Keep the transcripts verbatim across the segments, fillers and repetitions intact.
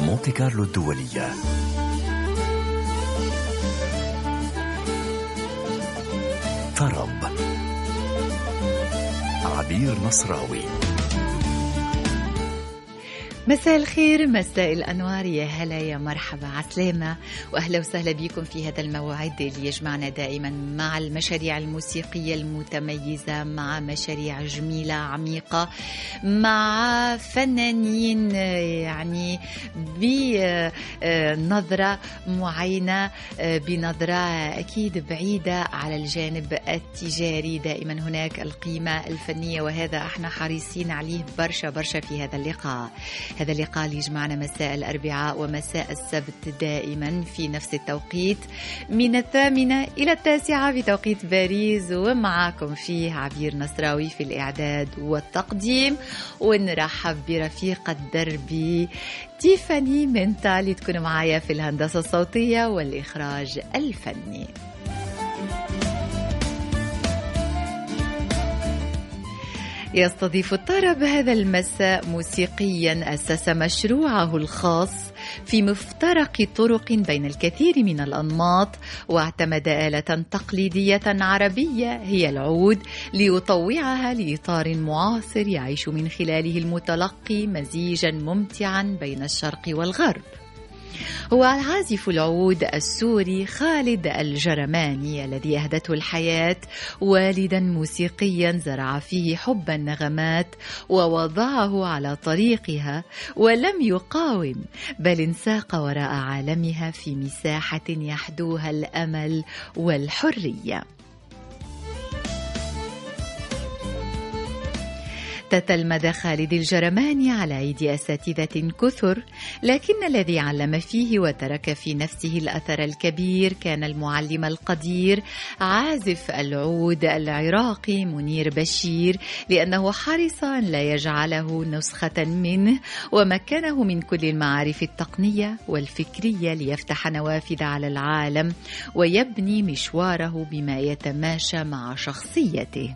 مونتي كارلو الدولية. طرب عبير نصراوي. مساء الخير، مساء الأنوار، يا هلا يا مرحبا عسلامة، وأهلا وسهلا بكم في هذا الموعد اللي يجمعنا دائما مع المشاريع الموسيقية المتميزة، مع مشاريع جميلة عميقة، مع فنانين يعني بنظرة معينة، بنظرة أكيد بعيدة على الجانب التجاري. دائما هناك القيمة الفنية، وهذا احنا حريصين عليه برشا برشا في هذا اللقاء. هذا اللقاء اللي يجمعنا مساء الأربعاء ومساء السبت دائما في نفس التوقيت من الثامنة إلى التاسعة بتوقيت باريس، ومعاكم فيه عبير نصراوي في الإعداد والتقديم، ونرحب برفيق الدرب تيفاني منتا اللي تكون معايا في الهندسة الصوتية والإخراج الفني. يستضيف الطرب هذا المساء موسيقيا أسس مشروعه الخاص في مفترق طرق بين الكثير من الأنماط، واعتمد آلة تقليدية عربية هي العود ليطوعها لإطار معاصر يعيش من خلاله المتلقي مزيجا ممتعا بين الشرق والغرب. هو عازف العود السوري خالد الجرماني الذي أهدته الحياة والدا موسيقيا زرع فيه حب النغمات ووضعه على طريقها، ولم يقاوم بل انساق وراء عالمها في مساحة يحدوها الأمل والحرية. تتلمذ خالد الجرماني على أيدي أساتذة كثر، لكن الذي علم فيه وترك في نفسه الأثر الكبير كان المعلم القدير عازف العود العراقي منير بشير، لأنه حرص أن لا يجعله نسخة منه، ومكنه من كل المعارف التقنية والفكرية ليفتح نوافذ على العالم ويبني مشواره بما يتماشى مع شخصيته.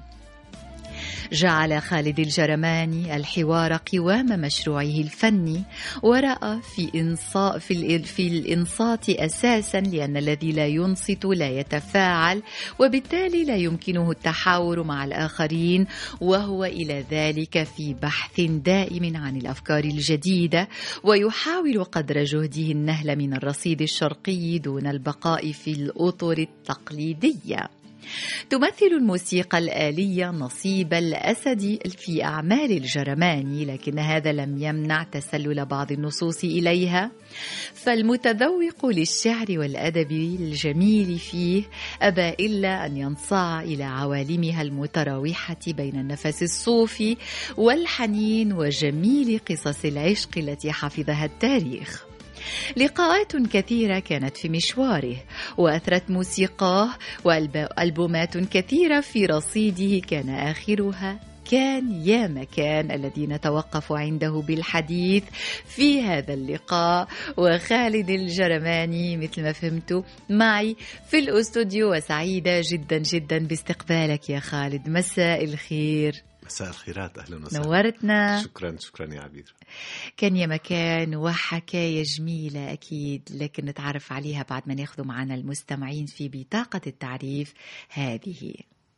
جعل خالد الجرماني الحوار قوام مشروعه الفني، ورأى في إنصاء في, في الإنصات أساسا، لأن الذي لا ينصت لا يتفاعل، وبالتالي لا يمكنه التحاور مع الآخرين، وهو إلى ذلك في بحث دائم عن الأفكار الجديدة، ويحاول قدر جهده النهل من الرصيد الشرقي دون البقاء في الأطر التقليدية. تمثل الموسيقى الآلية نصيب الأسد في أعمال الجرماني، لكن هذا لم يمنع تسلل بعض النصوص إليها، فالمتذوق للشعر والأدب الجميل فيه أبى إلا أن ينصاع إلى عوالمها المتراوحة بين النفس الصوفي والحنين وجميل قصص العشق التي حفظها التاريخ. لقاءات كثيرة كانت في مشواره، وأثرت موسيقاه، وألبومات كثيرة في رصيده، كان آخرها كان يا مكان الذي نتوقف عنده بالحديث في هذا اللقاء. وخالد الجرماني مثل ما فهمتوا معي في الأستوديو، وسعيدة جدا جدا باستقبالك يا خالد. مساء الخير. مساء الخيرات، أهلا وسهلا. نورتنا. شكرا شكرا يا عبير. كان يا مكان وحكاية جميلة أكيد، لكن نتعرف عليها بعد ما ناخذ معنا المستمعين في بطاقة التعريف هذه.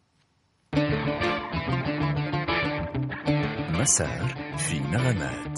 مسار في نغمات.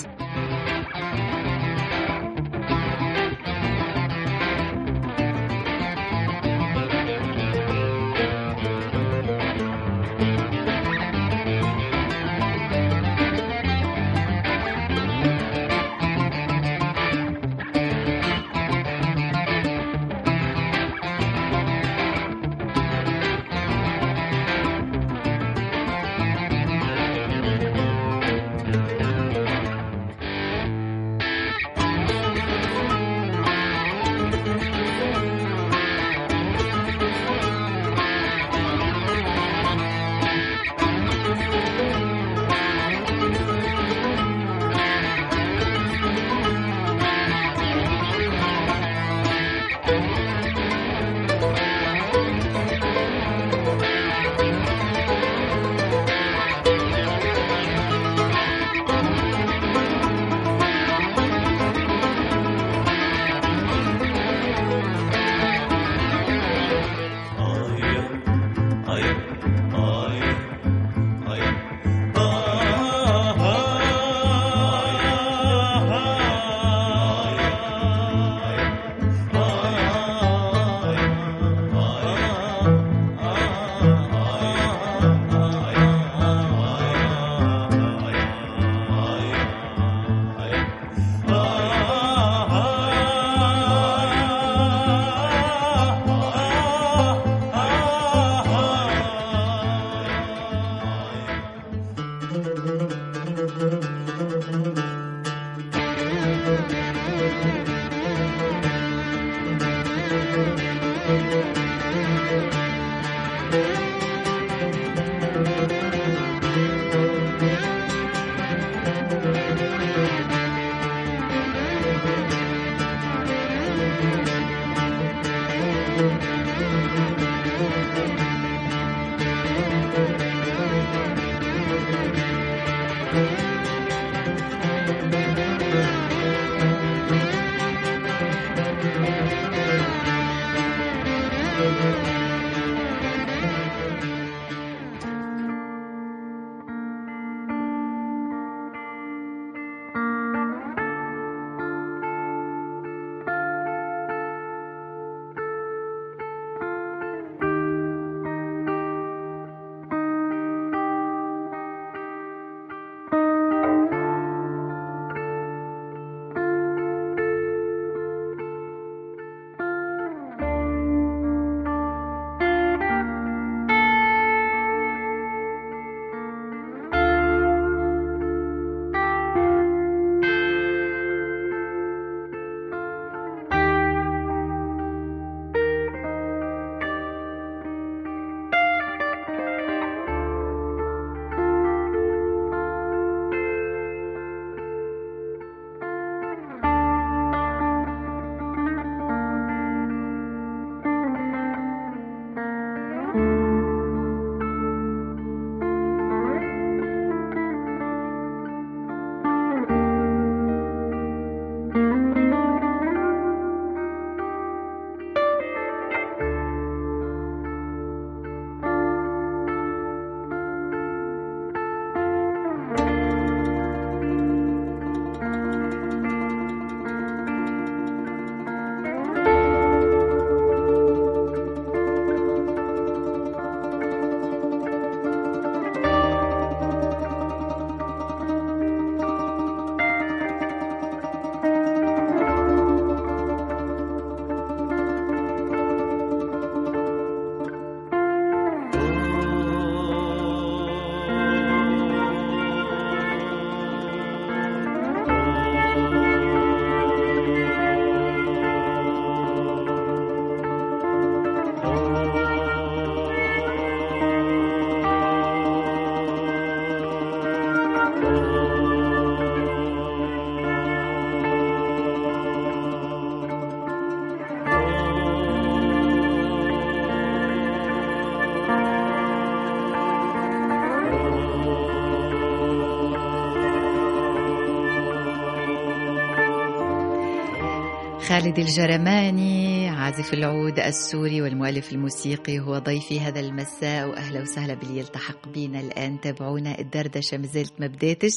خالد الجرماني عازف العود السوري والمؤلف الموسيقي هو ضيفي هذا المساء، وأهلا وسهلا باللي يلتحق بينا الآن. تابعونا الدردشة مازالت ما بداتش،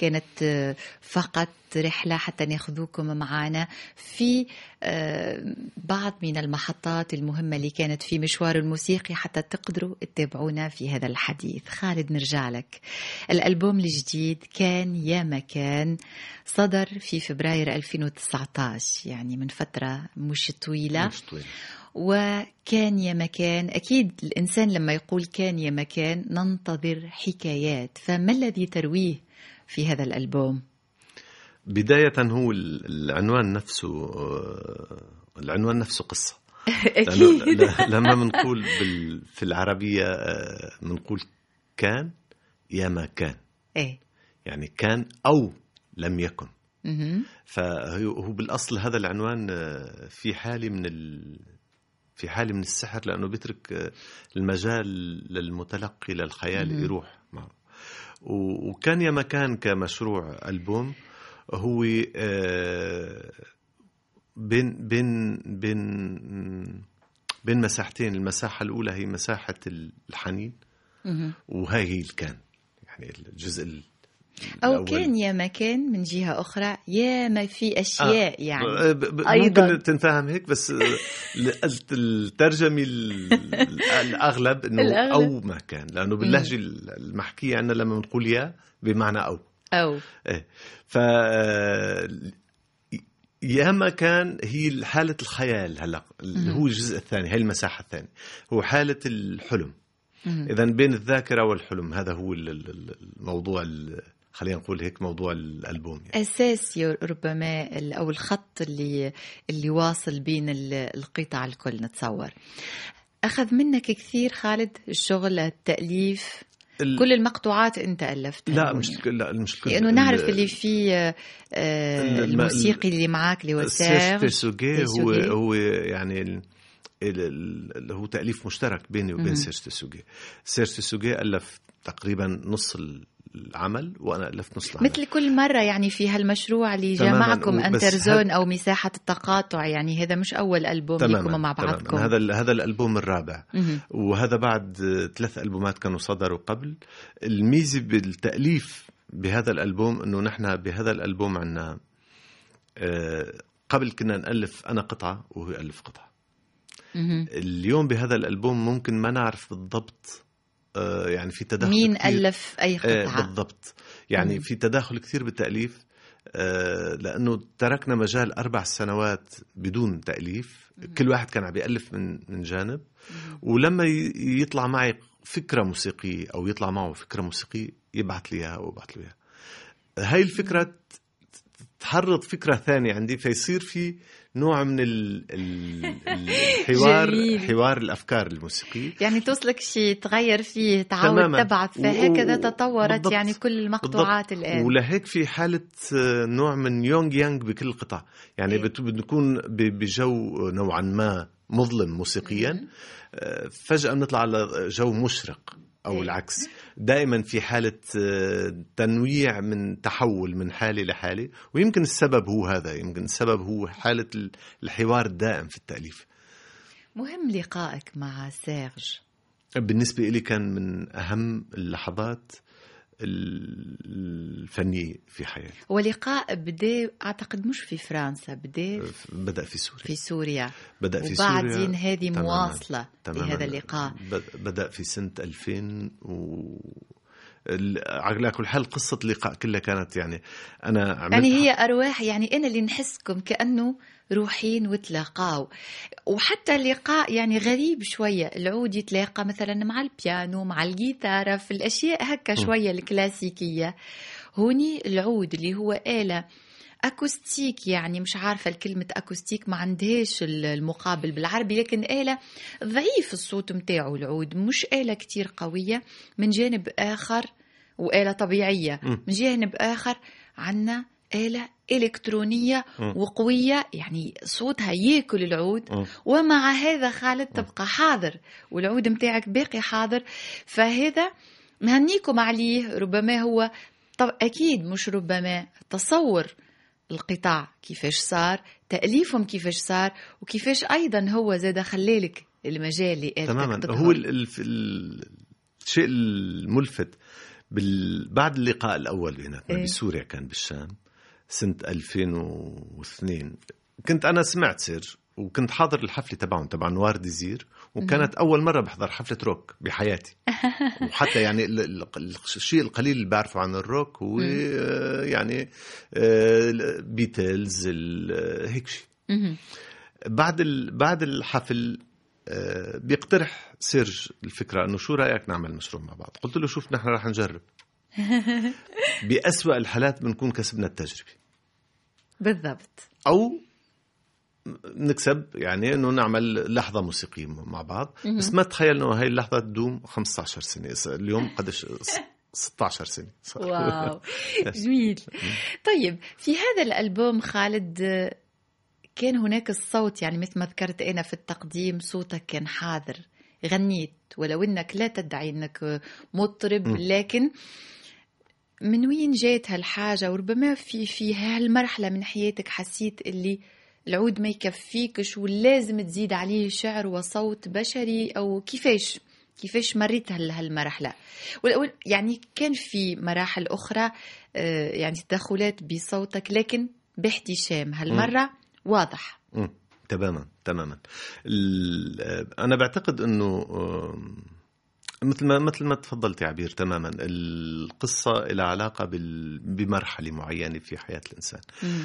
كانت فقط رحلة حتى ناخذوكم معنا في بعض من المحطات المهمة اللي كانت في مشوار الموسيقي حتى تقدروا تتابعونا في هذا الحديث. خالد نرجع لك. الألبوم الجديد كان يا مكان صدر في فبراير ألفين وتسعة عشر، يعني من فترة مش طويلة. مش طويلة. وكان يا مكان، أكيد الإنسان لما يقول كان يا مكان ننتظر حكايات، فما الذي ترويه في هذا الألبوم؟ بداية هو العنوان نفسه، العنوان نفسه قصة. أكيد. لما منقول في العربية منقول كان يا ما كان، إيه؟ يعني كان أو لم يكن. مه. فهو بالأصل هذا العنوان في حالة من ال... في حالة من السحر، لأنه بيترك المجال للمتلقي للخيال مه. يروح معه. وكان يا مكان كمشروع ألبوم هو بين بين بين بين مساحتين. المساحة الأولى هي مساحة الحنين، وهي هي كان يعني الجزء أو الأول. كان يا مكان من جهة أخرى يا ما في أشياء آه. يعني ب- ب- ممكن تنفهم هيك، بس الترجمة الأغلب إنه الأغلب. أو ما كان، لأنه باللهجة المحكية عندنا لما نقول يا بمعنى أو أو إيه. ف يا ما كان هي حالة الخيال. هلا اللي هو الجزء الثاني، هي المساحة الثانية، هو حالة الحلم. إذا بين الذاكرة والحلم، هذا هو الموضوع، خلينا نقول هيك موضوع الألبوم يعني. أساسي ربما، أو الخط اللي اللي واصل بين القطع الكل. نتصور أخذ منك كثير خالد الشغل، التأليف، ال... كل المقطوعات أنت ألفتها؟ لا مش يعني. لا مش كل، لأنه نعرف اللي فيه آه الموسيقي اللي معاك اللي هو سيرج تيرسوغي، هو هو يعني اللي هو تأليف مشترك بيني وبين سيرج تسوغي. سيرج تسوغي ألف تقريبا نص العمل وأنا ألفت نص العمل. مثل كل مرة يعني في هالمشروع اللي جمعكم أنترزون أو مساحة التقاطع، يعني هذا مش أول ألبوم لكم مع بعضكم. هذا هذا الألبوم الرابع، مم. وهذا بعد ثلاث ألبومات كانوا صدروا قبل. الميزة بالتأليف بهذا الألبوم إنه نحن بهذا الألبوم عنا قبل كنا نألف أنا قطعة وهو يألف قطعة. مم. اليوم بهذا الألبوم ممكن ما نعرف بالضبط يعني في تداخل مين كثير. ألف أي قطعة بالضبط، يعني مم. في تداخل كثير بالتأليف، لأنه تركنا مجال أربع سنوات بدون تأليف. مم. كل واحد كان عم يألف من من جانب. مم. ولما يطلع معي فكرة موسيقية أو يطلع معه فكرة موسيقية يبعث لي إياها وبعث له إياها. هاي الفكرة تحرض فكرة ثانية عندي، فيصير في نوع من ال ال الحوار جميل. حوار الأفكار الموسيقية، يعني توصلك شيء تغير فيه تعود تبعث، فهكذا تطورت بالضبط. يعني كل المقطوعات بالضبط. الآن ولهيك في حالة نوع من يونغ يانغ بكل قطعة، يعني إيه؟ بنكون بجو نوعا ما مظلم موسيقيا، فجأة بنطلع على جو مشرق أو إيه؟ العكس. دائما في حالة تنويع من تحول من حالة لحالة، ويمكن السبب هو هذا، يمكن السبب هو حالة الحوار الدائم في التأليف. مهم لقائك مع سيرج بالنسبة إلي كان من أهم اللحظات الفنية في حياتي. ولقاء بدأ أعتقد مش في فرنسا، بدأ بدأ في سوريا. في سوريا بدأ في سوريا وبعدين هذه مواصلة لهذا اللقاء. بدأ في سنة ألفين و على كل حال قصة اللقاء كلها كانت يعني أنا عملت يعني هي أرواح، يعني أنا اللي نحسكم كأنه روحين وتلاقاوا. وحتى اللقاء يعني غريب شوية، العود يتلاقى مثلا مع البيانو مع الجيتارة في الأشياء هكا شوية الكلاسيكية. هوني العود اللي هو آلة أكوستيك، يعني مش عارفة الكلمة أكوستيك ما عندهاش المقابل بالعربي، لكن آلة ضعيف الصوت متاعه العود، مش آلة كتير قوية. من جانب آخر وآلة طبيعية، من جانب آخر عنا آلة إلكترونية وقوية، يعني صوتها يأكل العود. ومع هذا خالد تبقى حاضر والعود متاعك باقي حاضر. فهذا نهنيكم عليه. ربما هو طب أكيد مش ربما تصور القطاع كيفاش صار، تأليفهم كيفاش صار، وكيفاش أيضا هو زاد خلالك المجال اللي تماما. هو الشيء الملفت بعد اللقاء الأول بيناتنا إيه؟ بسوريا كان بالشام سنة ألفين واثنين. كنت أنا سمعت سيرج وكنت حاضر الحفلة تبعهم تبع نوار ديزير، وكانت أول مرة بحضر حفلة روك بحياتي. وحتى يعني الشيء القليل اللي بعرفه عن الروك هو يعني بيتلز هيك شيء. بعد بعد الحفل بيقترح سيرج الفكرة إنه شو رأيك نعمل مشروع مع بعض. قلت له شوف نحن راح نجرب. بأسوأ الحالات بنكون كسبنا التجربة بالضبط، أو نكسب يعني إنه نعمل لحظة موسيقية مع بعض. بس ما تخيل إنه هاي اللحظة تدوم خمسة عشر سنة. اليوم قدش ستة عشر سنة. واو جميل. طيب في هذا الألبوم خالد كان هناك الصوت، يعني مثل ما ذكرت أنا في التقديم صوتك كان حاضر، غنيت ولو أنك لا تدعي أنك مطرب، لكن من وين جات هالحاجة؟ وربما في في هالمرحلة من حياتك حسيت اللي العود ما يكفيكش ولازم تزيد عليه شعر وصوت بشري، أو كيفاش كيفاش مريت هالمرحلة؟ يعني كان في مراحل أخرى يعني تدخلات بصوتك لكن باحتشام، هالمرة واضح. مم. تماما تماما. أنا بعتقد أنه مثل ما مثل ما تفضلت يا عبير تماما، القصة إلى علاقة بمرحلة معينة في حياة الإنسان.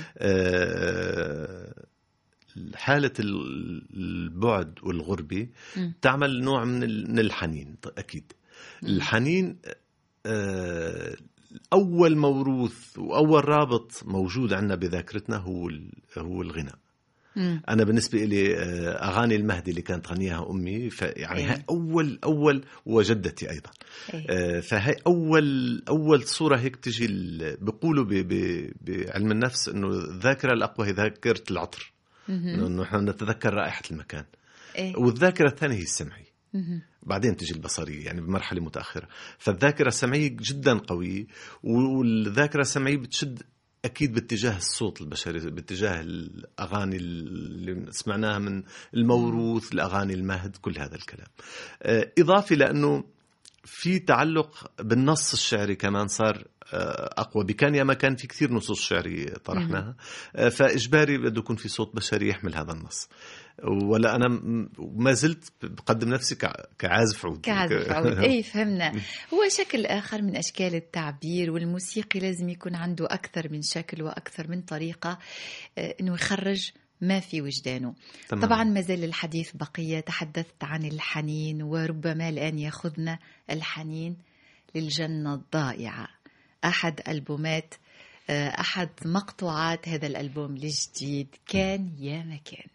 أه حالة البعد والغربة مم. تعمل نوع من الحنين أكيد. مم. الحنين أه أول موروث وأول رابط موجود عندنا بذاكرتنا هو هو الغناء. مم. أنا بالنسبة لي أغاني المهدي اللي كانت تغنيها أمي، يعني أيه. هاي أول أول وجدتي أيضا. أيه. فهي أول أول صورة هيك تجي. بيقولوا بعلم النفس إنه الذاكرة الأقوى هي ذاكرة العطر، إنه نحن نتذكر رائحة المكان. إيه؟ والذاكرة الثانية هي السمعية، مهم. بعدين تجي البصرية يعني بمرحلة متأخرة. فالذاكرة السمعية جدا قوية، والذاكرة السمعية بتشد أكيد باتجاه الصوت البشري، باتجاه الأغاني اللي سمعناها من الموروث، الأغاني المهد، كل هذا الكلام. إضافة لأنه في تعلق بالنص الشعري كمان صار أقوى. بكان ما كان في كثير نصوص شعرية طرحناها، فإجباري بده يكون في صوت بشري يحمل هذا النص. ولا أنا ما زلت بقدم نفسي كعازف عود. كعازف عود. أي فهمنا. هو شكل آخر من أشكال التعبير، والموسيقي لازم يكون عنده أكثر من شكل وأكثر من طريقة إنه يخرج ما في وجدانه. تمام. طبعا ما زال الحديث بقية. تحدثت عن الحنين، وربما الآن يأخذنا الحنين للجنة الضائعة، أحد ألبومات أحد مقطوعات هذا الألبوم الجديد، كان يا مكان.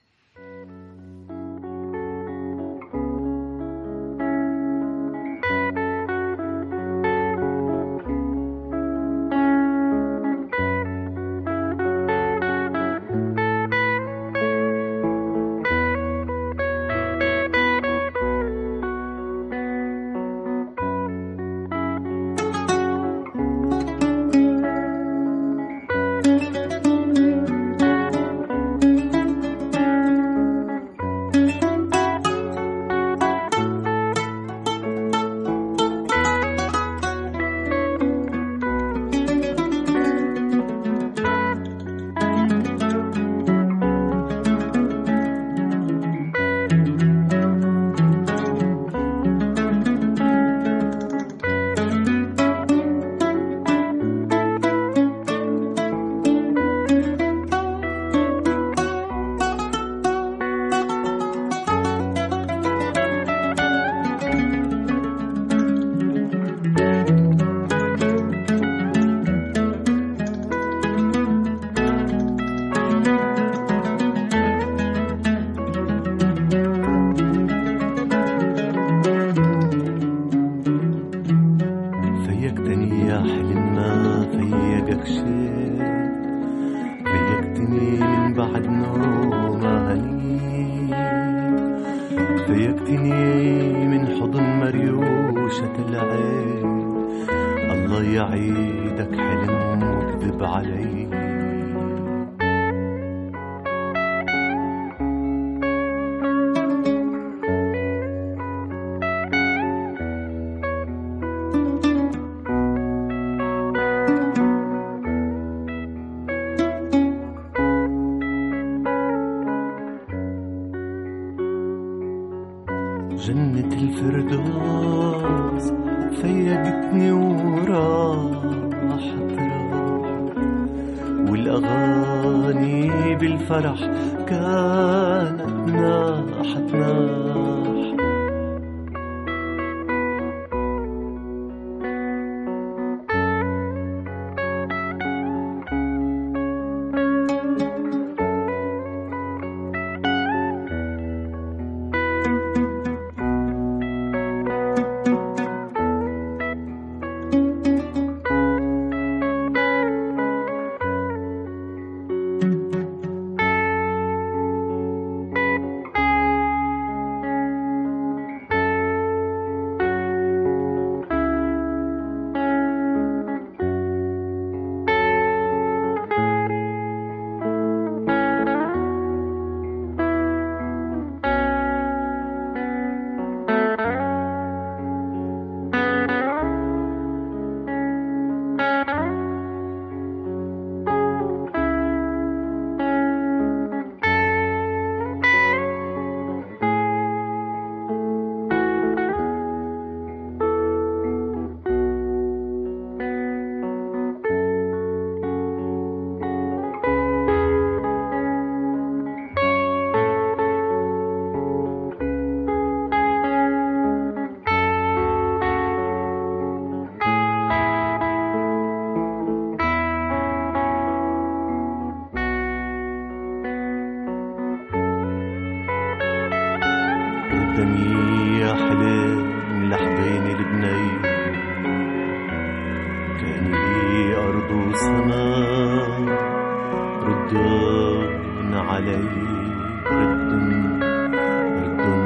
جنة الفردوس فيقتني وراحت راحت، والأغاني بالفرح كانت ناحت ناحت. ردني يا حلم لحظيني البني، كان لي أرض وسماء، ردن علي ردن ردن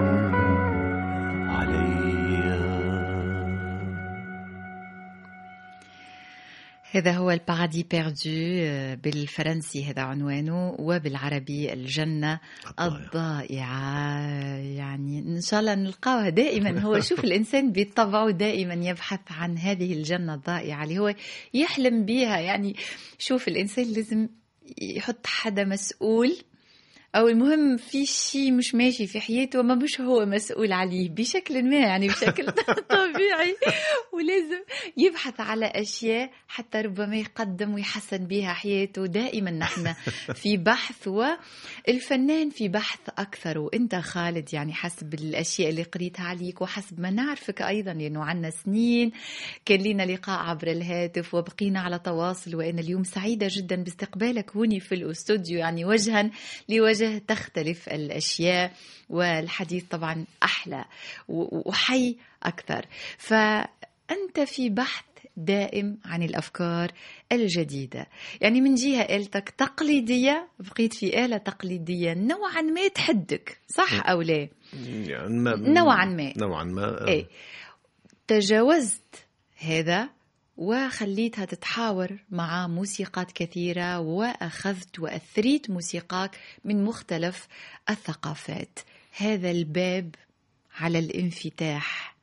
هذا هو البارادي بيردو بالفرنسي هذا عنوانه، وبالعربي الجنة الضائعة. يعني إن شاء الله نلقاها دائما. هو شوف الإنسان بطبعه دائما يبحث عن هذه الجنة الضائعة اللي هو يحلم بها. يعني شوف الإنسان لازم يحط حدا مسؤول، أو المهم في شيء مش ماشي في حياته وما مش هو مسؤول عليه بشكل ما، يعني بشكل طبيعي، ولازم يبحث على أشياء حتى ربما يقدم ويحسن بها حياته. دائما نحن في بحث، والفنان في بحث أكثر. وإنت خالد يعني حسب الأشياء اللي قريتها عليك وحسب ما نعرفك أيضا، لأنه عنا سنين كان لنا لقاء عبر الهاتف وبقينا على تواصل، وأنا اليوم سعيدة جدا باستقبالك هوني في الأستوديو، يعني وجها لوجه تختلف الأشياء والحديث طبعا أحلى وحي أكثر. فأنت في بحث دائم عن الأفكار الجديدة، يعني من جهة آلتك تقليدية، بقيت في آلة تقليدية نوعا ما تحدك، صح أو لا؟ يعني ما نوعا ما نوعا ما إيه. تجاوزت هذا وخليتها تتحاور مع موسيقات كثيرة، وأخذت وأثريت موسيقاك من مختلف الثقافات. هذا الباب على الانفتاح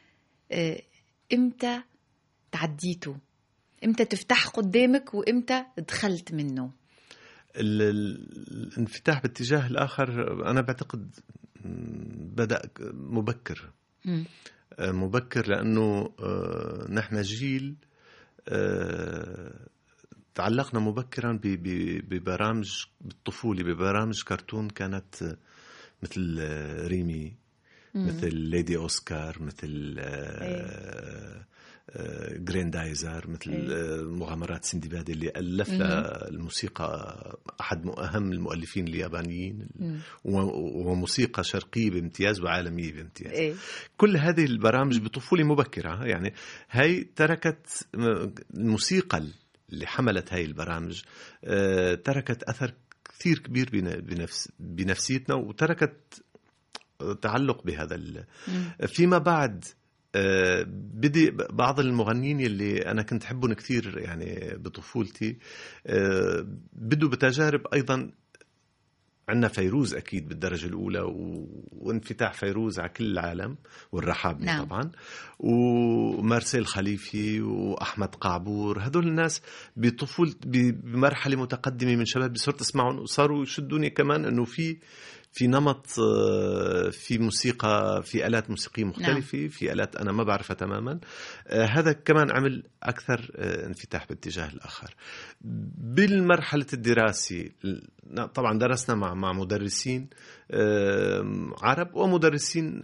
إمتى تعديته؟ إمتى تفتح قدامك وإمتى دخلت منه؟ الانفتاح باتجاه الآخر أنا بعتقد بدأ مبكر. م. مبكر لأنه نحن جيل تعلقنا مبكرا ببرامج بالطفولة، ببرامج كرتون كانت مثل ريمي، مثل ليدي أوسكار، مثل جريندايزر، مثل مغامرات سندباد اللي ألف الموسيقى أحد أهم المؤلفين اليابانيين، وموسيقى شرقية بامتياز وعالمية بامتياز. إيه. كل هذه البرامج بطفولة مبكرة، يعني هاي تركت الموسيقى اللي حملت هاي البرامج تركت أثر كثير كبير بنفس بنفسيتنا، وتركت تعلق بهذا. فيما بعد أه بدي بعض المغنيين اللي أنا كنت حبهم كثير يعني بطفولتي أه بدوا بتجارب أيضا. عندنا فيروز أكيد بالدرجة الأولى، وانفتاح فيروز على كل العالم، والرحاب نعم. طبعا، ومارسيل خليفي وأحمد قعبور. هذول الناس بطفول بمرحلة متقدمة من شباب صرت أسمعهم، وصاروا يشدوني كمان أنه في في نمط، في موسيقى، في آلات موسيقية مختلفة، نعم. في آلات أنا ما بعرفها تماما. هذا كمان عمل أكثر انفتاح باتجاه الآخر. بالمرحلة الدراسي طبعا درسنا مع مع مدرسين عرب ومدرسين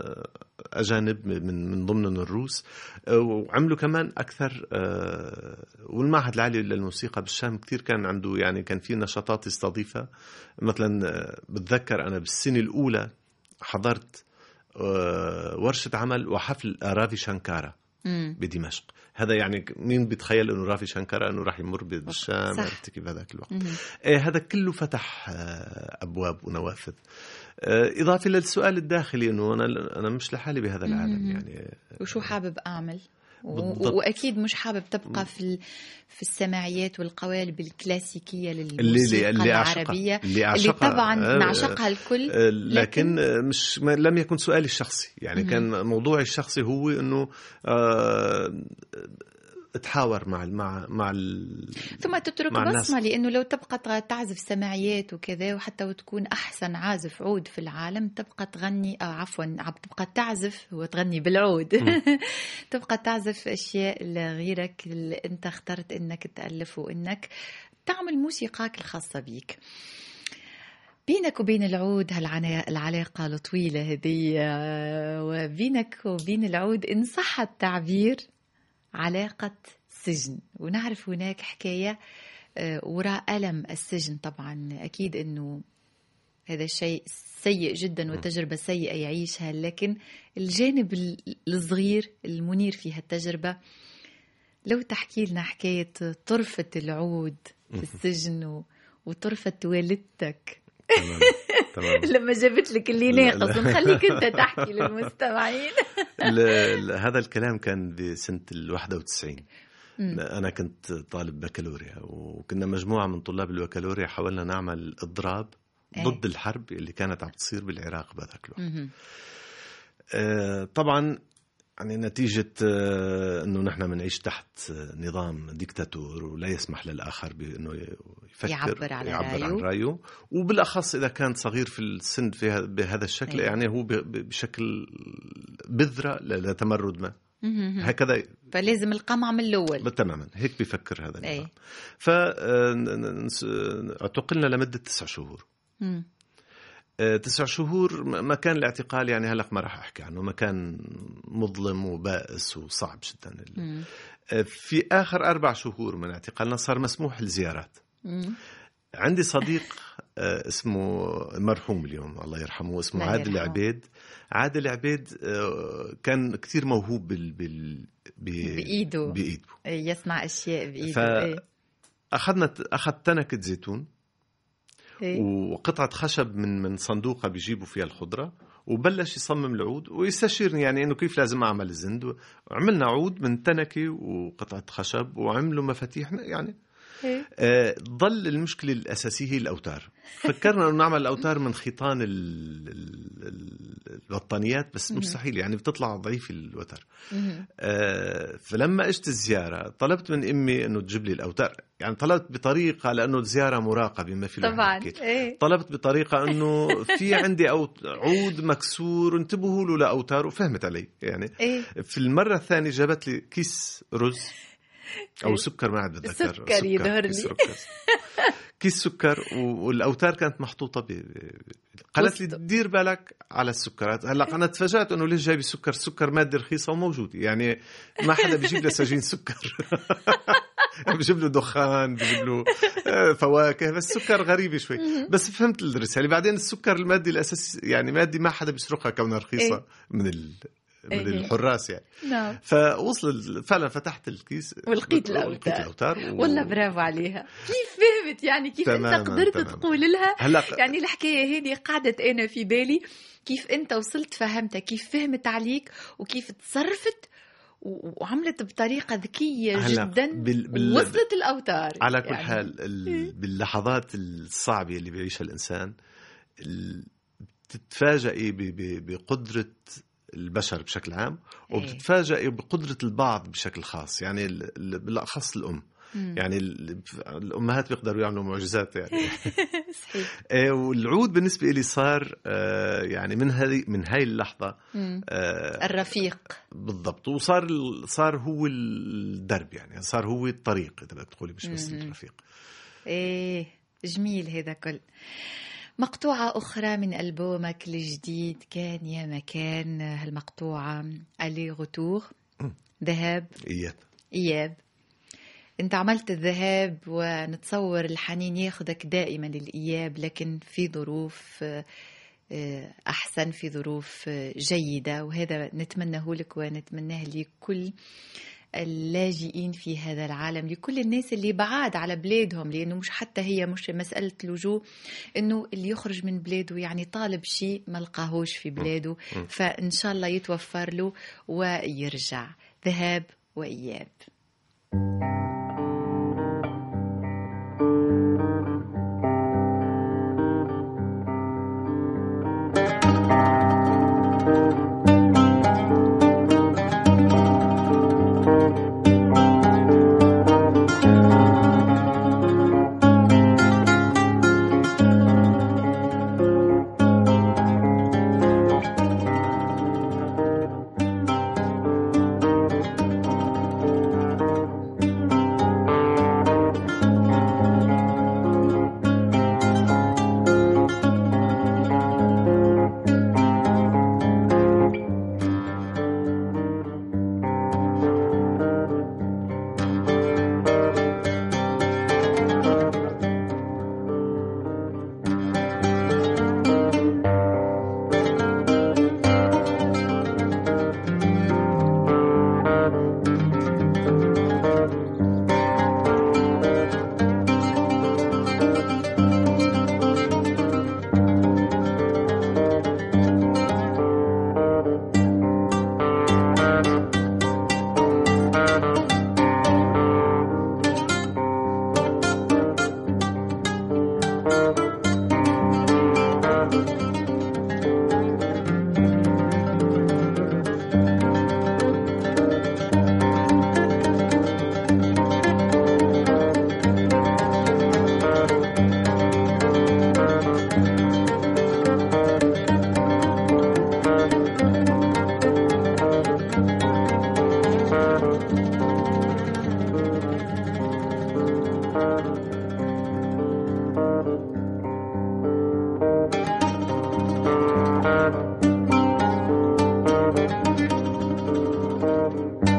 أجانب من من ضمنهم الروس، وعملوا كمان أكثر. والمعهد العالي للموسيقى بالشام كتير كان عنده، يعني كان في نشاطات يستضيفها. مثلا بتذكر أنا بالسنة الأولى حضرت ورشة عمل وحفل رافي شانكارا بدمشق. هذا يعني مين بيتخيل انه رافي شانكارا انه راح يمر بالشام، عرفت كيف هذاك الوقت. إيه هذا كله فتح ابواب ونوافذ. اضافه للسؤال الداخلي انه انا انا مش لحالي بهذا العالم، يعني وشو حابب اعمل، بالضبط. واكيد مش حابب تبقى في في السماعيات والقوالب الكلاسيكيه للموسيقى اللي العربيه اللي, اللي طبعا نعشقها الكل، لكن, لكن مش لم يكن سؤالي الشخصي، يعني م- كان موضوعي الشخصي هو انه آه اتحاور مع مع مع ال... ثم تترك بصمة، لأنه لو تبقى تعزف سماعيات وكذا، وحتى وتكون أحسن عازف عود في العالم، تبقى تغني آه عفوا تبقى تعزف وتغني بالعود تبقى تعزف أشياء لغيرك اللي أنت اخترت إنك تألف وإنك تعمل موسيقاك الخاصة بيك. بينك وبين العود هالعلاقة الطويلة هذه، وبينك وبين العود إن صح التعبير علاقة سجن، ونعرف هناك حكاية وراء ألم السجن. طبعا أكيد أنه هذا الشيء سيء جدا وتجربة سيئة يعيشها، لكن الجانب الصغير المنير في هالتجربة، لو تحكي لنا حكاية طرفة العود في السجن وطرفة والدتك تمام. تمام. لما جابت لك اللي ناقص، نخليك انت تحكي للمستمعين. هذا الكلام كان بسنة الواحدة وتسعين. أنا كنت طالب بكالوريا، وكنا مجموعة من طلاب البكالوريا حاولنا نعمل إضراب أي. ضد الحرب اللي كانت عم تصير بالعراق بهذاك الوقت. آه طبعا يعني نتيجة آه أنه نحن منعيش تحت نظام ديكتاتور ولا يسمح للآخر بأنه يفكر يعبر, على يعبر رأيه. عن رأيه، وبالأخص إذا كان صغير في السن في بهذا الشكل. أي. يعني هو بشكل بذرة لتمرد ما هكذا، فلازم القمع من الأول. تماما هيك بيفكر هذا النظام. أي. فاعتقلنا لمدة تسع شهور. مم. تسع شهور. مكان الاعتقال يعني هلأ ما راح أحكي عنه، مكان مظلم وبائس وصعب جدا. مم. في آخر أربع شهور من اعتقالنا صار مسموح الزيارات. مم. عندي صديق اسمه مرحوم اليوم الله يرحمه، اسمه عادل عبيد. عادل عبيد كان كثير موهوب بال... بال... بإيده. بإيده يصنع أشياء بإيده. فأخذنا أخذ تنكة زيتون إيه؟ وقطعة خشب من من صندوقة بيجيبوا فيها الخضرة، وبلش يصمم العود ويستشيرني يعني إنه كيف لازم أعمل الزند. وعملنا عود من تنكة وقطعة خشب وعملوا مفاتيح يعني. آه ضل المشكلة الأساسية هي الأوتار. فكرنا أنه نعمل الأوتار من خيطان البطانيات، بس مستحيل يعني بتطلع ضعيف الوتر. آه فلما اجت الزيارة طلبت من أمي أنه تجيب لي الأوتار. يعني طلبت بطريقة لأنه الزيارة مراقبة ما في طبعا. إيه؟ طلبت بطريقة أنه في عندي عود مكسور انتبهوا له لأوتار، وفهمت علي يعني. إيه؟ في المرة الثانية جابت لي كيس رز أو سكر، ما عاد بتذكر. سكر يظهر لي. كيس سكر والأوتار كانت محطوطة ب... قالت لي دير بالك على السكرات. هلا أنا تفاجأت إنه ليش جايب السكر؟ السكر مادة رخيصة وموجود، يعني ما حدا بيجيب له سجين سكر. بيجيب له دخان، بيجيب له فواكه، بس سكر غريب شوي. بس فهمت الرسالة بعدين. السكر المادي الأساسي يعني مادي ما حدا بيسرقها كونها رخيصة من ال... من إيه؟ الحراس يعني. نعم. فوصل فعلا فتحت الكيس ولقيت الأوتار, الأوتار و... والله برافو عليها. كيف فهمت يعني كيف تماماً أنت قدرت تماماً. تقول لها هلأ... يعني الحكاية هذه قعدت أنا في بالي كيف أنت وصلت فهمتها، كيف فهمت عليك وكيف تصرفت وعملت بطريقة ذكية جدا بال... بال... وصلت الأوتار. على كل يعني. حال ال... باللحظات الصعبة اللي بيعيشها الإنسان ال... تتفاجئي ب... ب... بقدرة البشر بشكل عام، وبتتفاجئ بقدرة البعض بشكل خاص، يعني بالأخص الأم. مم. يعني الأمهات بيقدروا يعملوا معجزات يعني. صحيح. والعود بالنسبة لي صار يعني من هذه من هاي اللحظة الرفيق بالضبط، وصار صار هو الدرب، يعني صار هو الطريق إذا بدك تقولي، مش بس الرفيق. إيه جميل هذا كل. مقطوعة أخرى من ألبومك الجديد كان يا مكان، هالمقطوعة ألي غتور ذهاب إياب. إياب أنت عملت الذهاب، ونتصور الحنين ياخدك دائما للإياب، لكن في ظروف أحسن، في ظروف جيدة، وهذا نتمناه لك ونتمناه لكل اللاجئين في هذا العالم، لكل الناس اللي بعاد على بلادهم، لأنه مش حتى هي مش مسألة لجوء، إنه اللي يخرج من بلاده يعني طالب شيء ما لقاهوش في بلاده، فإن شاء الله يتوفر له ويرجع. ذهاب وإياب.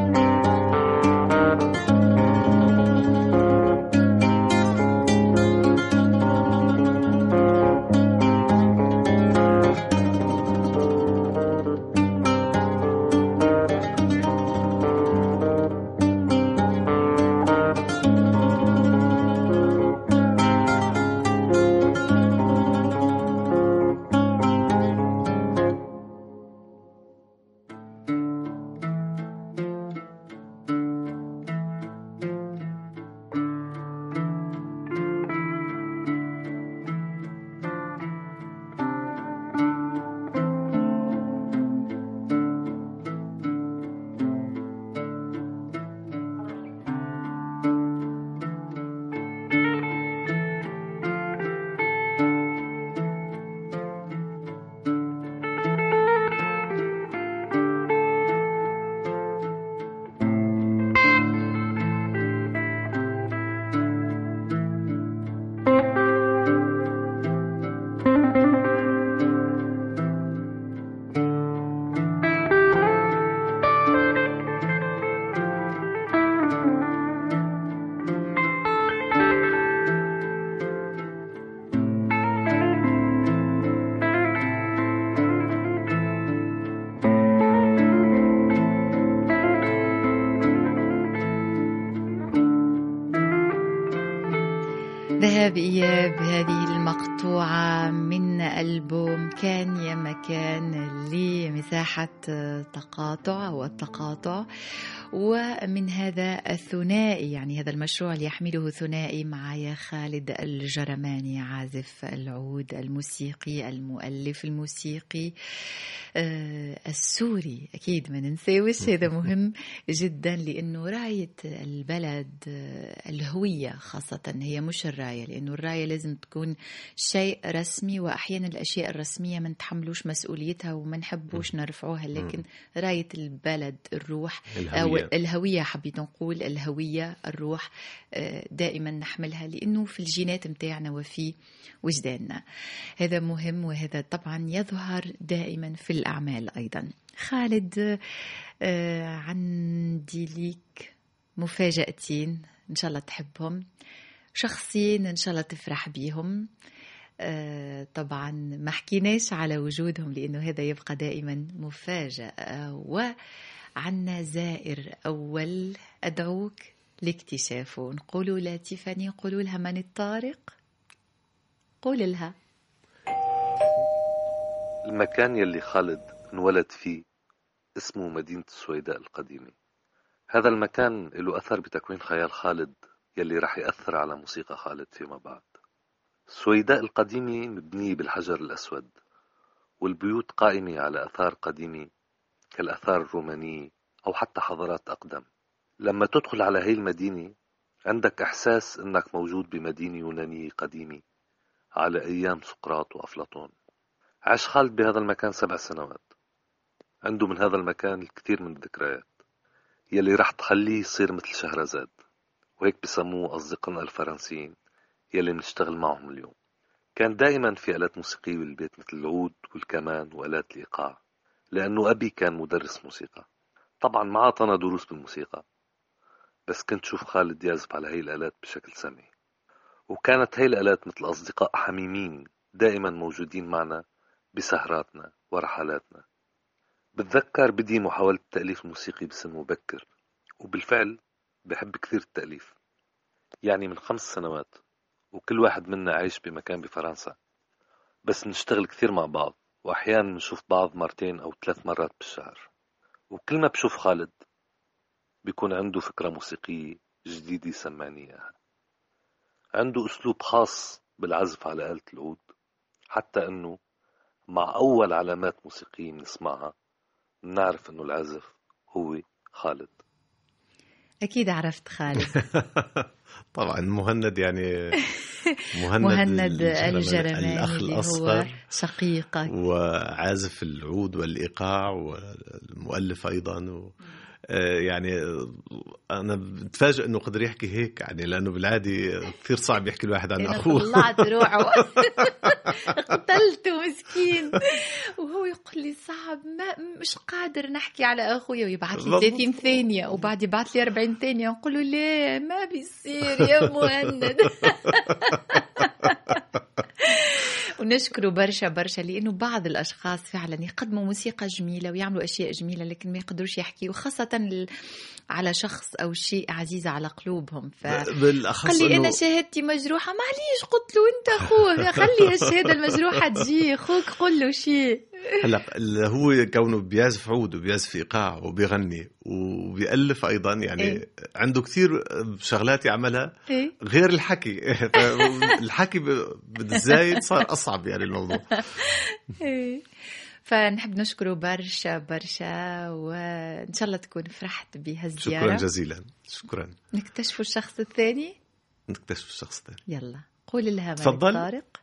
ذهاب إياب، هذه المقطوعة من ألبوم كان يا مكان لمساحة تقاطع والتقاطع، ومن هذا الثنائي، يعني هذا المشروع اللي يحمله ثنائي مع يا خالد الجرماني، عازف العود الموسيقي المؤلف الموسيقي آه السوري، أكيد ما ننساوش، هذا مهم جدا لأنه راية البلد آه الهوية خاصة هي مش الراية، لأنه الراية لازم تكون شيء رسمي، وأحيانا الأشياء الرسمية ما نتحملوش مسؤوليتها وما نحبوش نرفعوها، لكن راية البلد الروح أو الهوية، حبيت نقول الهوية الروح دائما نحملها لأنه في الجينات متاعنا وفي وجداننا. هذا مهم، وهذا طبعا يظهر دائما في الأعمال أيضا. خالد، عندي ليك مفاجأتين إن شاء الله تحبهم، شخصين إن شاء الله تفرح بيهم. طبعا ما حكيناش على وجودهم لأنه هذا يبقى دائما مفاجأة. وعنا زائر أول أدعوك لاكتشافه. نقولوا لا تيفاني، نقولوا لها من الطارق، قول لها. المكان يلي خالد انولد فيه اسمه مدينة السويداء القديمة. هذا المكان له أثر بتكوين خيال خالد يلي رح يأثر على موسيقى خالد فيما بعد. السويداء القديمة مبنية بالحجر الأسود، والبيوت قائمة على آثار قديمة كالآثار الرومانية أو حتى حضارات أقدم. لما تدخل على هاي المدينة عندك إحساس أنك موجود بمدينة يونانية قديمة على أيام سقراط وأفلاطون. عاش خالد بهذا المكان سبع سنوات، عنده من هذا المكان الكثير من الذكريات يلي رح تخليه يصير مثل شهرزاد، وهيك بسموه أصدقائنا الفرنسيين يلي بنشتغل معهم اليوم. كان دائما في آلات موسيقية بالبيت مثل العود والكمان وآلات الإيقاع، لأنه أبي كان مدرس موسيقى. طبعا ما عطانا دروس بالموسيقى، بس كنت شوف خالد يعزف على هاي الآلات بشكل سمعي، وكانت هاي الآلات مثل أصدقاء حميمين دائما موجودين معنا بسهراتنا ورحلاتنا. بتذكر بدي محاولة تأليف موسيقي بسن مبكر، وبالفعل بحب كثير التأليف، يعني من خمس سنوات، وكل واحد منا عايش بمكان بفرنسا، بس نشتغل كثير مع بعض، وأحيانا نشوف بعض مرتين أو ثلاث مرات بالشهر. وكل ما بشوف خالد بيكون عنده فكرة موسيقية جديدة يسمعني إياها. عنده أسلوب خاص بالعزف على آلة العود، حتى أنه مع أول علامات موسيقية بنسمعها بنعرف أنه العازف هو خالد. أكيد عرفت خالد. طبعا مهند، يعني مهند, مهند الجرماني الأخ الأصغر شقيقك، وعازف العود والإيقاع والمؤلف أيضا. يعني أنا بتفاجئ إنه قدر يحكي هيك يعني، لأنه بالعادي كثير صعب يحكي الواحد عن أخوه. طلعت روحه قتلته مسكين، وهو يقول لي صعب ما مش قادر نحكي على أخويا، ويبعث لي ثلاثين ثانية وبعد يبعث لي أربعين ثانية، ونقول له لا ما بيصير يا مهند. ونشكره برشا برشا، لأنه بعض الأشخاص فعلا يقدموا موسيقى جميلة ويعملوا أشياء جميلة لكن ما يقدروش يحكي، وخاصة على شخص أو شيء عزيز على قلوبهم. فقال لي أنا شهادتي مجروحة، معليش قلت له أنت أخوه، خلي الشهادة المجروحة تجي، أخوك قل له شيء. هلا هو كونه بيعزف عود وبيعزف إيقاع وبيغني وبيألف أيضا يعني إيه؟ عنده كثير شغلات يعملها إيه؟ غير الحكي. الحكي بالزايد صار أصعب يعني الموضوع. إيه؟ فنحب نشكره برشا برشا، وإن شاء الله تكون فرحت بهالزيارة. شكرا جزيلا. شكرا. نكتشف الشخص الثاني. نكتشف الشخص الثاني. يلا قول لها تفضل. طارق.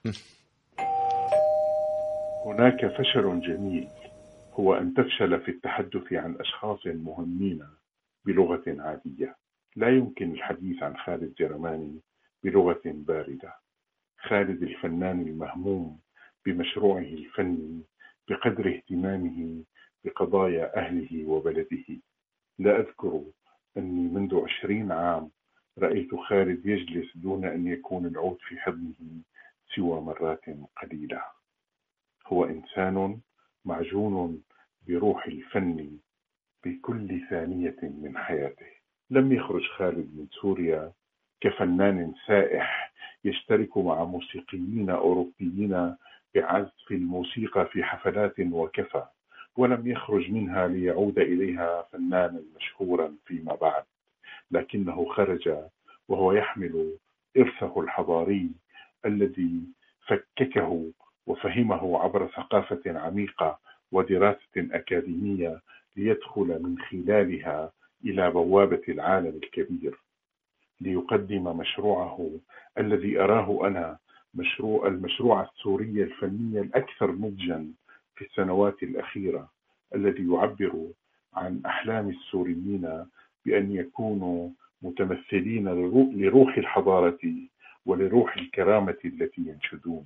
هناك فشل جميل هو أن تفشل في التحدث عن أشخاص مهمين بلغة عادية. لا يمكن الحديث عن خالد جرماني بلغة باردة. خالد الفنان المهموم بمشروعه الفني بقدر اهتمامه بقضايا أهله وبلده. لا أذكر أني منذ عشرين عام رأيت خالد يجلس دون أن يكون العود في حضنه سوى مرات قليلة. هو إنسان معجون بروح الفن بكل ثانية من حياته. لم يخرج خالد من سوريا كفنان سائح يشترك مع موسيقيين أوروبيين بعزف الموسيقى في حفلات وكفى، ولم يخرج منها ليعود إليها فنانا مشهورا فيما بعد، لكنه خرج وهو يحمل إرثه الحضاري الذي فككه وفهمه عبر ثقافة عميقة ودراسة أكاديمية ليدخل من خلالها إلى بوابة العالم الكبير، ليقدم مشروعه الذي أراه أنا مشروع المشروع السوري الفني الأكثر نضجا في السنوات الأخيرة، الذي يعبر عن أحلام السوريين بأن يكونوا متمثلين لروح الحضارة ولروح الكرامة التي ينشدون.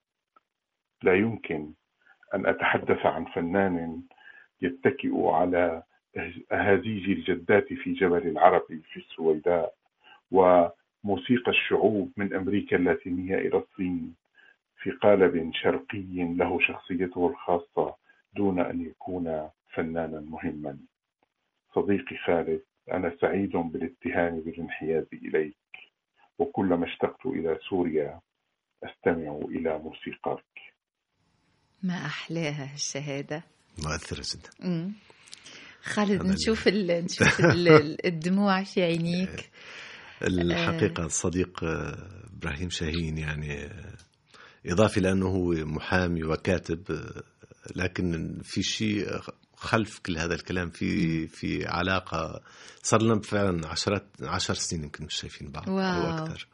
لا يمكن أن أتحدث عن فنان يتكئ على أهازيج الجدات في جبل العربي في السويداء وموسيقى الشعوب من أمريكا اللاتينية إلى الصين في قالب شرقي له شخصيته الخاصة دون أن يكون فنانا مهما. صديقي خالد، أنا سعيد بالاتهام بالانحياز إليك، وكلما اشتقت إلى سوريا أستمع إلى موسيقاك. ما أحلاها الشهادة، مؤثرة جدا. مم. خالد نشوف ال... نشوف ال... الدموع في عينيك. الحقيقة الصديق إبراهيم شاهين يعني إضافي لأنه هو محامي وكاتب، لكن في شيء خلف كل هذا الكلام، في في علاقة صار لنا فعلا عشرات عشر سنين يمكن مش شايفين بعض واو. أو أكثر،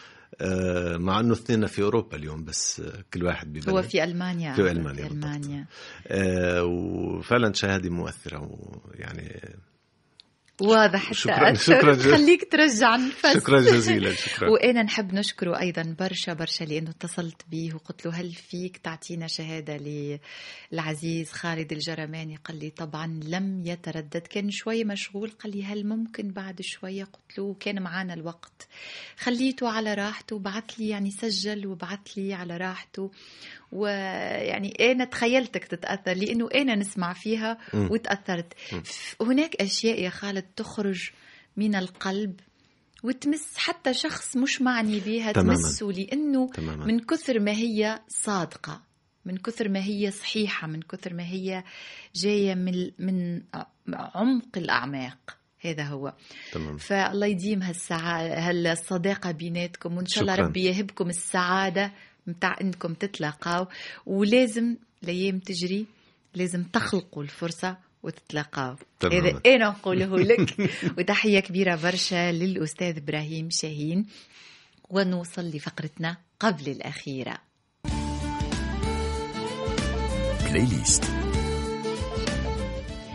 مع أنه اثنين في أوروبا اليوم بس كل واحد ببلد. هو في ألمانيا في ألمانيا, في ألمانيا. آه وفعلا شهادة مؤثرة ويعني واضح حتى شكرا شكرا خليك ترجع نفس. شكرا جزيلا. شكرا. وأنا نحب نشكره أيضا برشا برشا لأنه اتصلت به وقلت له هل فيك تعطينا شهادة للعزيز خالد الجرماني؟ قال لي طبعا لم يتردد، كان شوي مشغول، قال لي هل ممكن بعد شوية؟ قلت له كان معانا الوقت، خليته على راحته، بعث لي يعني سجل وبعث لي على راحته، ويعني أنا تخيلتك تتأثر لأنه أنا نسمع فيها م. وتأثرت. م. هناك أشياء يا خالد تخرج من القلب وتمس حتى شخص مش معني بها، تمسه لأنه تماما. من كثر ما هي صادقة، من كثر ما هي صحيحة، من كثر ما هي جاية من من عمق الأعماق. هذا هو تمام. فالله يديم هالصداقة بيناتكم، وإن شاء الله ربي يهبكم السعادة متاع انكم تتلاقاو، ولازم الايام تجري، لازم تخلقوا الفرصه وتتلاقاو. هذا انا نقوله لك. وتحيه كبيره برشا للاستاذ ابراهيم شاهين. ونوصل لفقرتنا قبل الاخيره، بلاي ليست.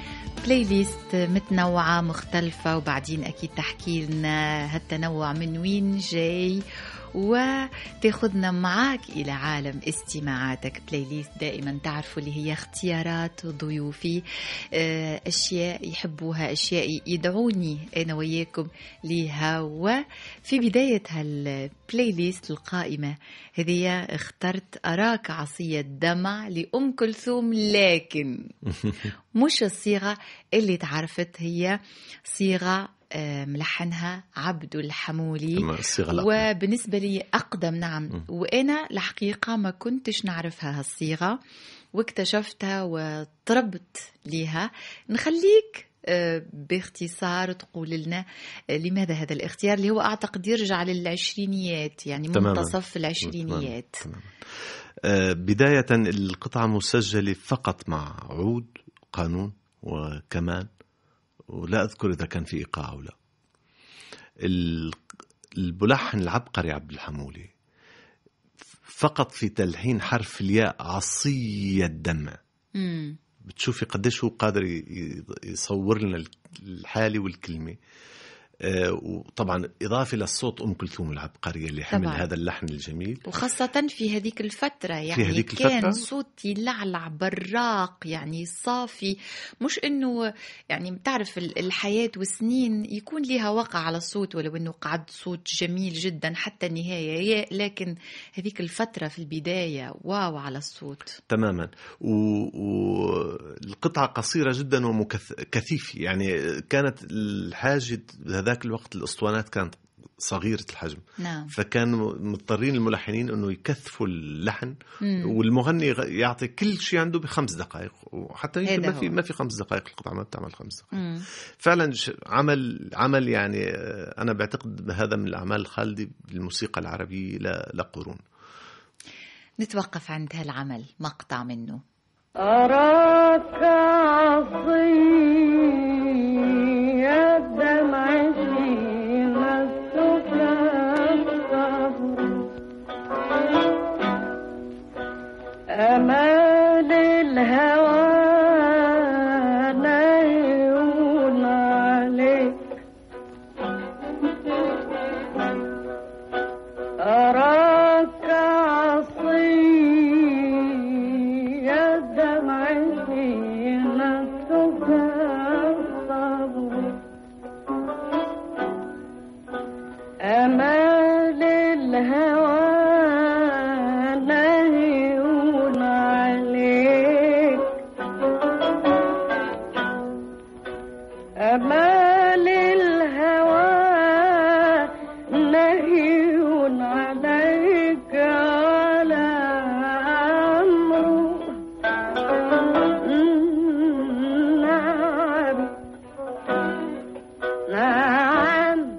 بلاي ليست متنوعة مختلفة، وبعدين أكيد تحكي لنا هالتنوع من وين جاي وتاخذنا معك إلى عالم استماعاتك. بلاي ليست دائما تعرفوا اللي هي اختيارات ضيوفي، أشياء يحبوها، أشياء يدعوني أنا وياكم لها. وفي بداية هالبلاي ليست القائمة هذه اخترت أراك عصية دمع لأم كلثوم، لكن مش الصيغة اللي تعرفت، هي صيغة ملحنها عبد الحمولي، وبالنسبة لي أقدم. نعم م. وأنا الحقيقة ما كنتش نعرفها هالصيغة، واكتشفتها وطربت ليها. نخليك باختصار تقول لنا لماذا هذا الاختيار اللي هو أعتقد يرجع للعشرينيات، يعني منتصف العشرينيات. تماما. آه بداية القطعة مسجلة فقط مع عود، قانون وكمان، ولا أذكر إذا كان في إيقاع أو لا. الملحن العبقري عبد الحمولي فقط في تلحين حرف الياء عصية الدمع. مم. بتشوفي قديش هو قادر يصور لنا الحالة والكلمة. آه وطبعا إضافة للصوت أم كلثوم العبقرية اللي حمل طبعا هذا اللحن الجميل، وخاصة في هذيك الفترة. يعني هذيك كان الفترة صوت يلعلع براق، يعني صافي، مش إنه يعني بتعرف الحياة والسنين يكون لها وقع على الصوت، ولو إنه قعد صوت جميل جدا حتى النهاية، لكن هذيك الفترة في البداية واو على الصوت تماما. والقطعة قصيرة جدا وكثيفة، يعني كانت الحاجة ذاك الوقت الأسطوانات كانت صغيرة الحجم. نعم. فكانوا مضطرين الملحنين أنه يكثفوا اللحن. مم. والمغني يعطي كل شيء عنده بخمس دقائق، وحتى يمكن ما في ما في خمس دقائق، القطعة ما بتعمل خمس دقائق. مم. فعلا عمل عمل يعني أنا بعتقد هذا من الأعمال الخالدة بالموسيقى العربية لقرون. نتوقف عند هالعمل، مقطع منه. أراك عصي الدمع في مسك الصبر، أمال الهوى نايم عليك، أراك عصي الدمع في مسك الصبر، أمال الهوى نهي عليك، أمال الهوى نهي عليك على أمره. نعم نعم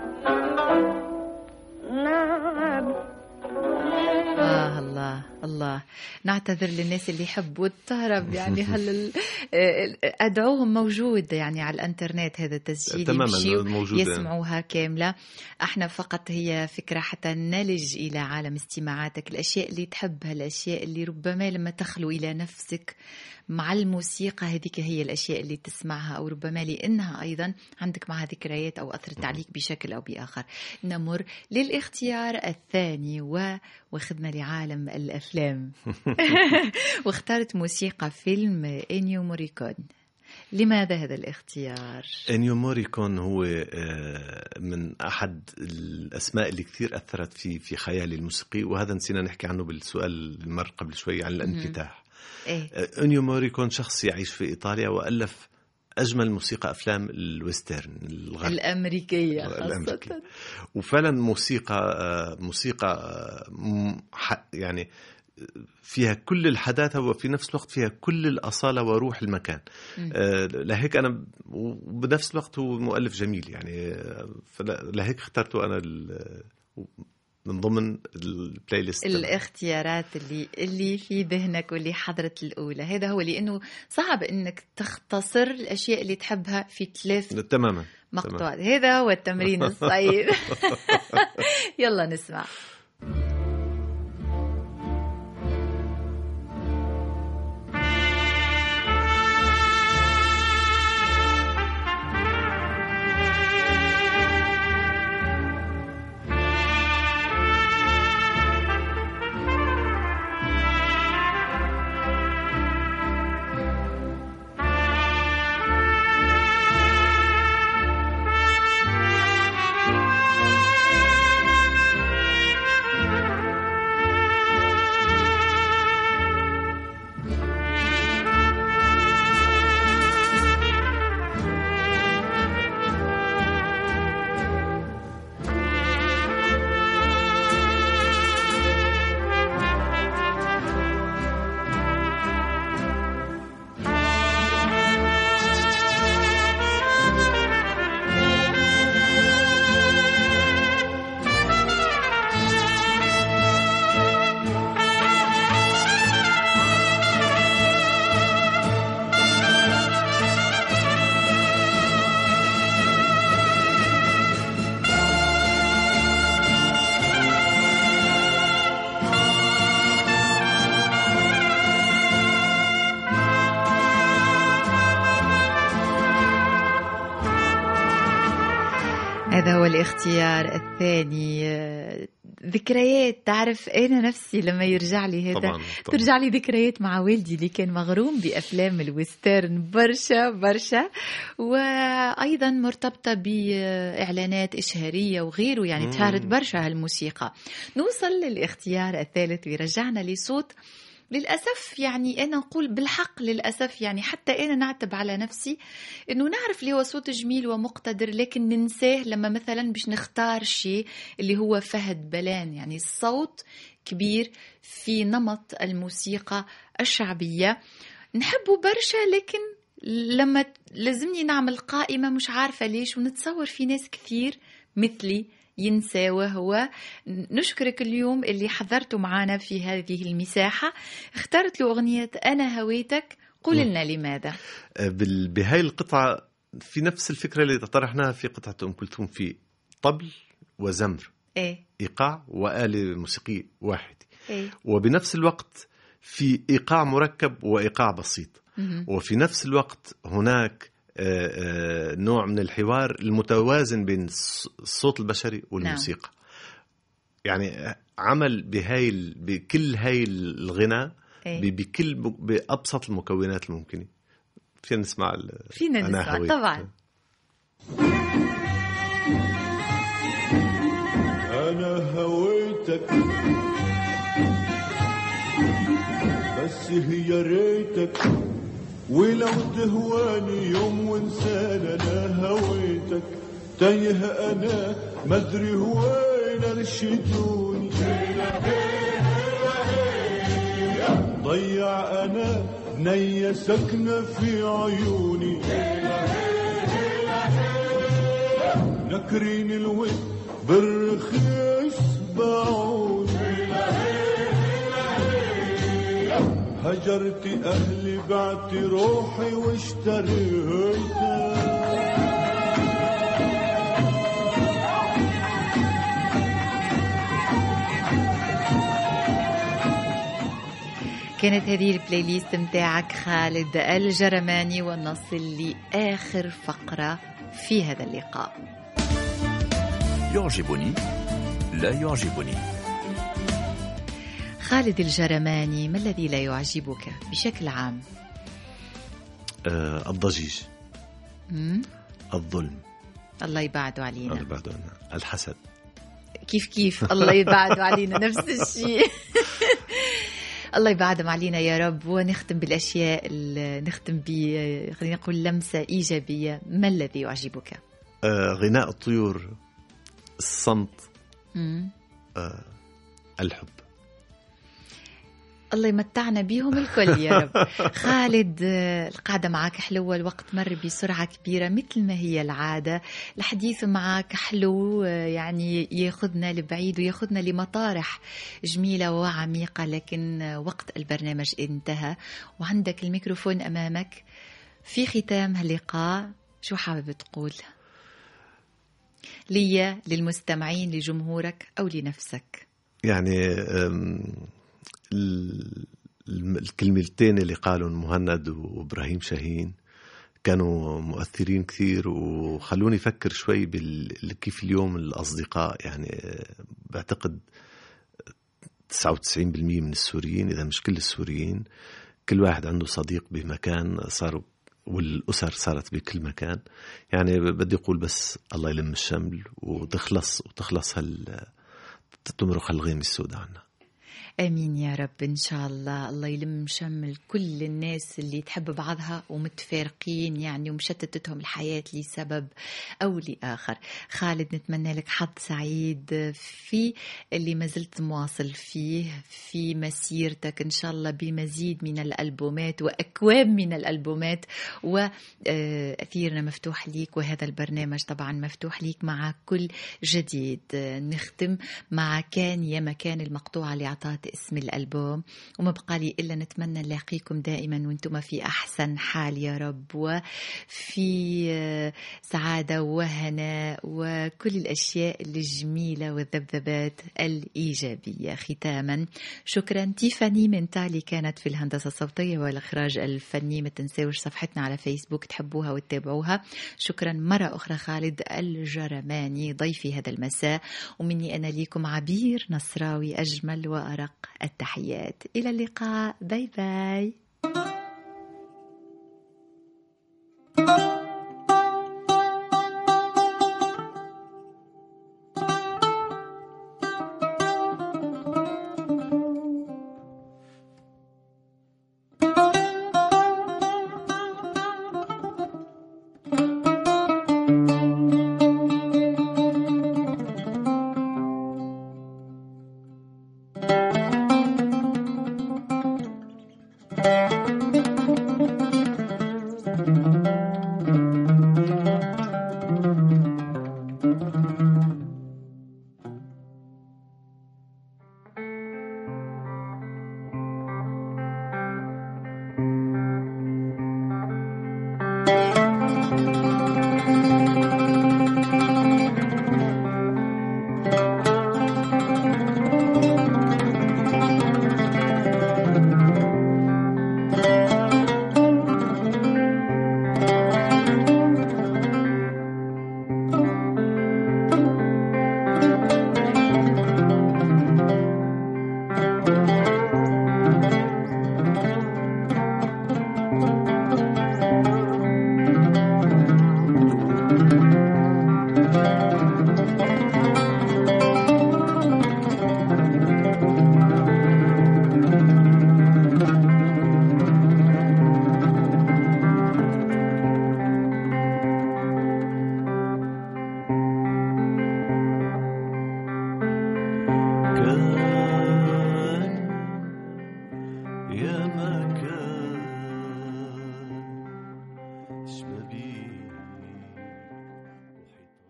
نعم. آه الله الله. نعتذر للناس اللي يحبوا الطرب، يعني هل أدعوهم موجود يعني على الانترنت هذا التسجيل، يمشيوا يسمعوها كاملة. احنا فقط هي فكرة حتى نلج إلى عالم استماعاتك، الأشياء اللي تحبها، الأشياء اللي ربما لما تخلو إلى نفسك مع الموسيقى هذيك هي الأشياء اللي تسمعها، أو ربما لأنها أيضا عندك معها ذكريات أو أثرت عليك بشكل أو بآخر. نمر للاختيار الثاني وخدنا لعالم الأفلام. واختارت موسيقى فيلم إنيو موريكون. لماذا هذا الاختيار؟ إنيو موريكون هو من أحد الأسماء اللي كثير أثرت في في خيالي الموسيقي، وهذا نسينا نحكي عنه بالسؤال المر قبل شوي عن الانفتاح. إيه؟ إنيو موريكون شخص يعيش في إيطاليا، وألف أجمل موسيقى أفلام الويسترن الغرب الأمريكية الأمريكية. وفعلا موسيقى موسيقى يعني فيها كل الحداثة، وفي نفس الوقت فيها كل الأصالة وروح المكان. آه لهيك أنا بنفس الوقت هو مؤلف جميل، يعني لهيك اخترته أنا من ضمن البلاي ليست. الاختيارات اللي اللي في ذهنك واللي حضرت الأولى، هذا هو لأنه صعب إنك تختصر الأشياء اللي تحبها في ثلاث تماما مقطوعات. هذا هو التمرين الصعيب. يلا نسمع. هذا هو الاختيار الثاني. ذكريات، تعرف أنا نفسي لما يرجع لي هذا طبعاً، طبعاً. ترجع لي ذكريات مع والدي اللي كان مغروم بأفلام الويسترن برشا برشا، وأيضا مرتبطة بإعلانات إشهارية وغيره، يعني تشارت برشا هالموسيقى. نوصل للاختيار الثالث ويرجعنا لصوت للأسف، يعني أنا نقول بالحق للأسف، يعني حتى أنا نعتب على نفسي أنه نعرف اللي هو صوت جميل ومقتدر، لكن ننساه لما مثلا باش نختار شيء اللي هو فهد بلان. يعني الصوت كبير في نمط الموسيقى الشعبية، نحبه برشا، لكن لما لازمني نعمل قائمة مش عارفة ليش، ونتصور في ناس كثير مثلي ينسى. وهو نشكرك اليوم اللي حضرته معنا في هذه المساحة، اخترت له أغنية أنا هويتك، قول لنا لماذا. بهاي القطعة في نفس الفكرة اللي طرحناها في قطعة أم كلثوم، في طبل وزمر، إيه؟ إيقاع وآلة موسيقية واحد، إيه؟ وبنفس الوقت في إيقاع مركب وإيقاع بسيط، م-م. وفي نفس الوقت هناك نوع من الحوار المتوازن بين الصوت البشري والموسيقى. نعم. يعني عمل بهاي بكل هاي الغناء، ايه؟ بكل بأبسط المكونات الممكنة. فينا نسمع فينا نسمع طبعا. أنا هويتك بس هي ريتك، ولو تهواني يوم وانسان انا هويتك، تايه انا مدري وين ارشدوني، ضيع انا نية سكنة في عيوني، نكرين الود بالرخيص باعوني، هجرت أهلي بعت روحي واشتريتها. كانت هذه البلاي ليست متاعك خالد الجرماني، ونصل لآخر فقرة في هذا اللقاء. يعجبني لا يعجبني. خالد الجرماني، ما الذي لا يعجبك بشكل عام؟ آه الضجيج، مم؟ الظلم، الله يبعده علينا، الله يبعده علينا، الحسد، كيف كيف الله يبعده علينا نفس الشيء. الله يبعدهم علينا يا رب. ونختم بالأشياء، نختم ب خلينا نقول لمسة إيجابية. ما الذي يعجبك؟ آه غناء الطيور، الصمت، آه الحب. الله يمتعنا بيهم الكل يا رب. خالد، القعدة معك حلوة، الوقت مر بسرعة كبيرة مثل ما هي العادة. الحديث معك حلو، يعني ياخذنا لبعيد وياخذنا لمطارح جميلة وعميقة، لكن وقت البرنامج انتهى وعندك الميكروفون أمامك. في ختام هاللقاء شو حابب تقول لي، للمستمعين، لجمهورك أو لنفسك؟ يعني الكلمتين اللي قالوا مهند وإبراهيم شاهين كانوا مؤثرين كثير، وخلوني أفكر شوي كيف اليوم الأصدقاء، يعني بعتقد تسعة وتسعين بالمئة من السوريين، إذا مش كل السوريين، كل واحد عنده صديق بمكان، صاروا والأسر صارت بكل مكان. يعني بدي أقول بس الله يلم الشمل وتخلص وتخلص هال تمرق الغيم السوداء عنا. آمين يا رب. إن شاء الله الله يلم شمل كل الناس اللي تحب بعضها ومتفارقين، يعني ومشتتتهم الحياة لسبب أو لآخر. خالد، نتمنى لك حظ سعيد في اللي ما زلت مواصل فيه في مسيرتك، إن شاء الله بمزيد من الألبومات وأكواب من الألبومات، وأثيرنا مفتوح ليك، وهذا البرنامج طبعا مفتوح ليك مع كل جديد. نختم مع كان يا مكان المقطوعة اللي أعطت اسم الألبوم. وما بقى لي إلا نتمنى نلاقيكم دائما وانتم في أحسن حال يا رب، وفي سعادة وهناء وكل الأشياء الجميلة والذبذبات الإيجابية. ختاما شكرا تيفاني من تالي كانت في الهندسة الصوتية والإخراج الفني. ما تنسوش صفحتنا على فيسبوك تحبوها وتتابعوها. شكرا مرة أخرى خالد الجرماني ضيفي هذا المساء، ومني أنا ليكم عبير نصراوي أجمل وأرق التحيات. إلى اللقاء، باي باي.